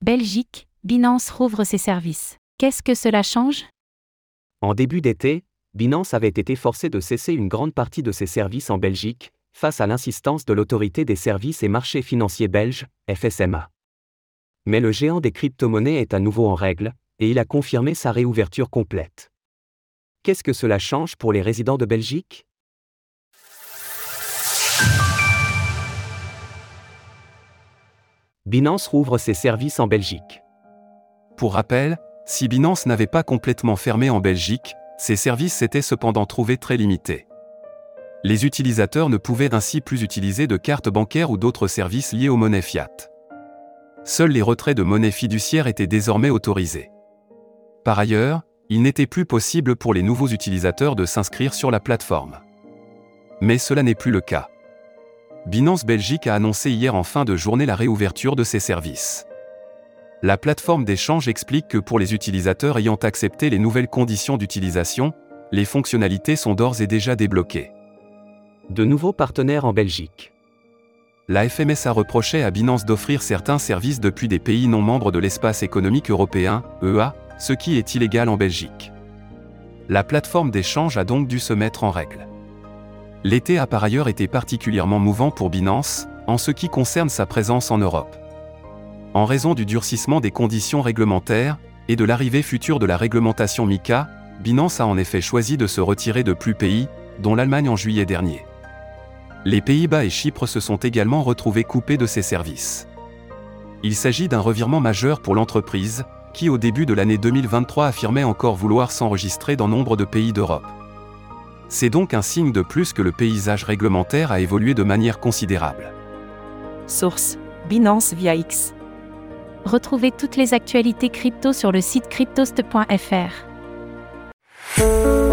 Belgique, Binance rouvre ses services. Qu'est-ce que cela change ? En début d'été, Binance avait été forcé de cesser une grande partie de ses services en Belgique, face à l'insistance de l'Autorité des services et marchés financiers belge, FSMA. Mais le géant des crypto-monnaies est à nouveau en règle, et il a confirmé sa réouverture complète. Qu'est-ce que cela change pour les résidents de Belgique ? Binance rouvre ses services en Belgique. Pour rappel, si Binance n'avait pas complètement fermé en Belgique, ses services s'étaient cependant trouvés très limités. Les utilisateurs ne pouvaient ainsi plus utiliser de cartes bancaires ou d'autres services liés aux monnaies fiat. Seuls les retraits de monnaie fiduciaire étaient désormais autorisés. Par ailleurs, il n'était plus possible pour les nouveaux utilisateurs de s'inscrire sur la plateforme. Mais cela n'est plus le cas. Binance Belgique a annoncé hier en fin de journée la réouverture de ses services. La plateforme d'échange explique que pour les utilisateurs ayant accepté les nouvelles conditions d'utilisation, les fonctionnalités sont d'ores et déjà débloquées. De nouveaux partenaires en Belgique. La FMSA reprochait à Binance d'offrir certains services depuis des pays non membres de l'espace économique européen, EA, ce qui est illégal en Belgique. La plateforme d'échange a donc dû se mettre en règle. L'été a par ailleurs été particulièrement mouvant pour Binance, en ce qui concerne sa présence en Europe. En raison du durcissement des conditions réglementaires, et de l'arrivée future de la réglementation MiCA, Binance a en effet choisi de se retirer de plus pays, dont l'Allemagne en juillet dernier. Les Pays-Bas et Chypre se sont également retrouvés coupés de ces services. Il s'agit d'un revirement majeur pour l'entreprise, qui au début de l'année 2023 affirmait encore vouloir s'enregistrer dans nombre de pays d'Europe. C'est donc un signe de plus que le paysage réglementaire a évolué de manière considérable. Source: Binance via X. Retrouvez toutes les actualités crypto sur le site cryptost.fr.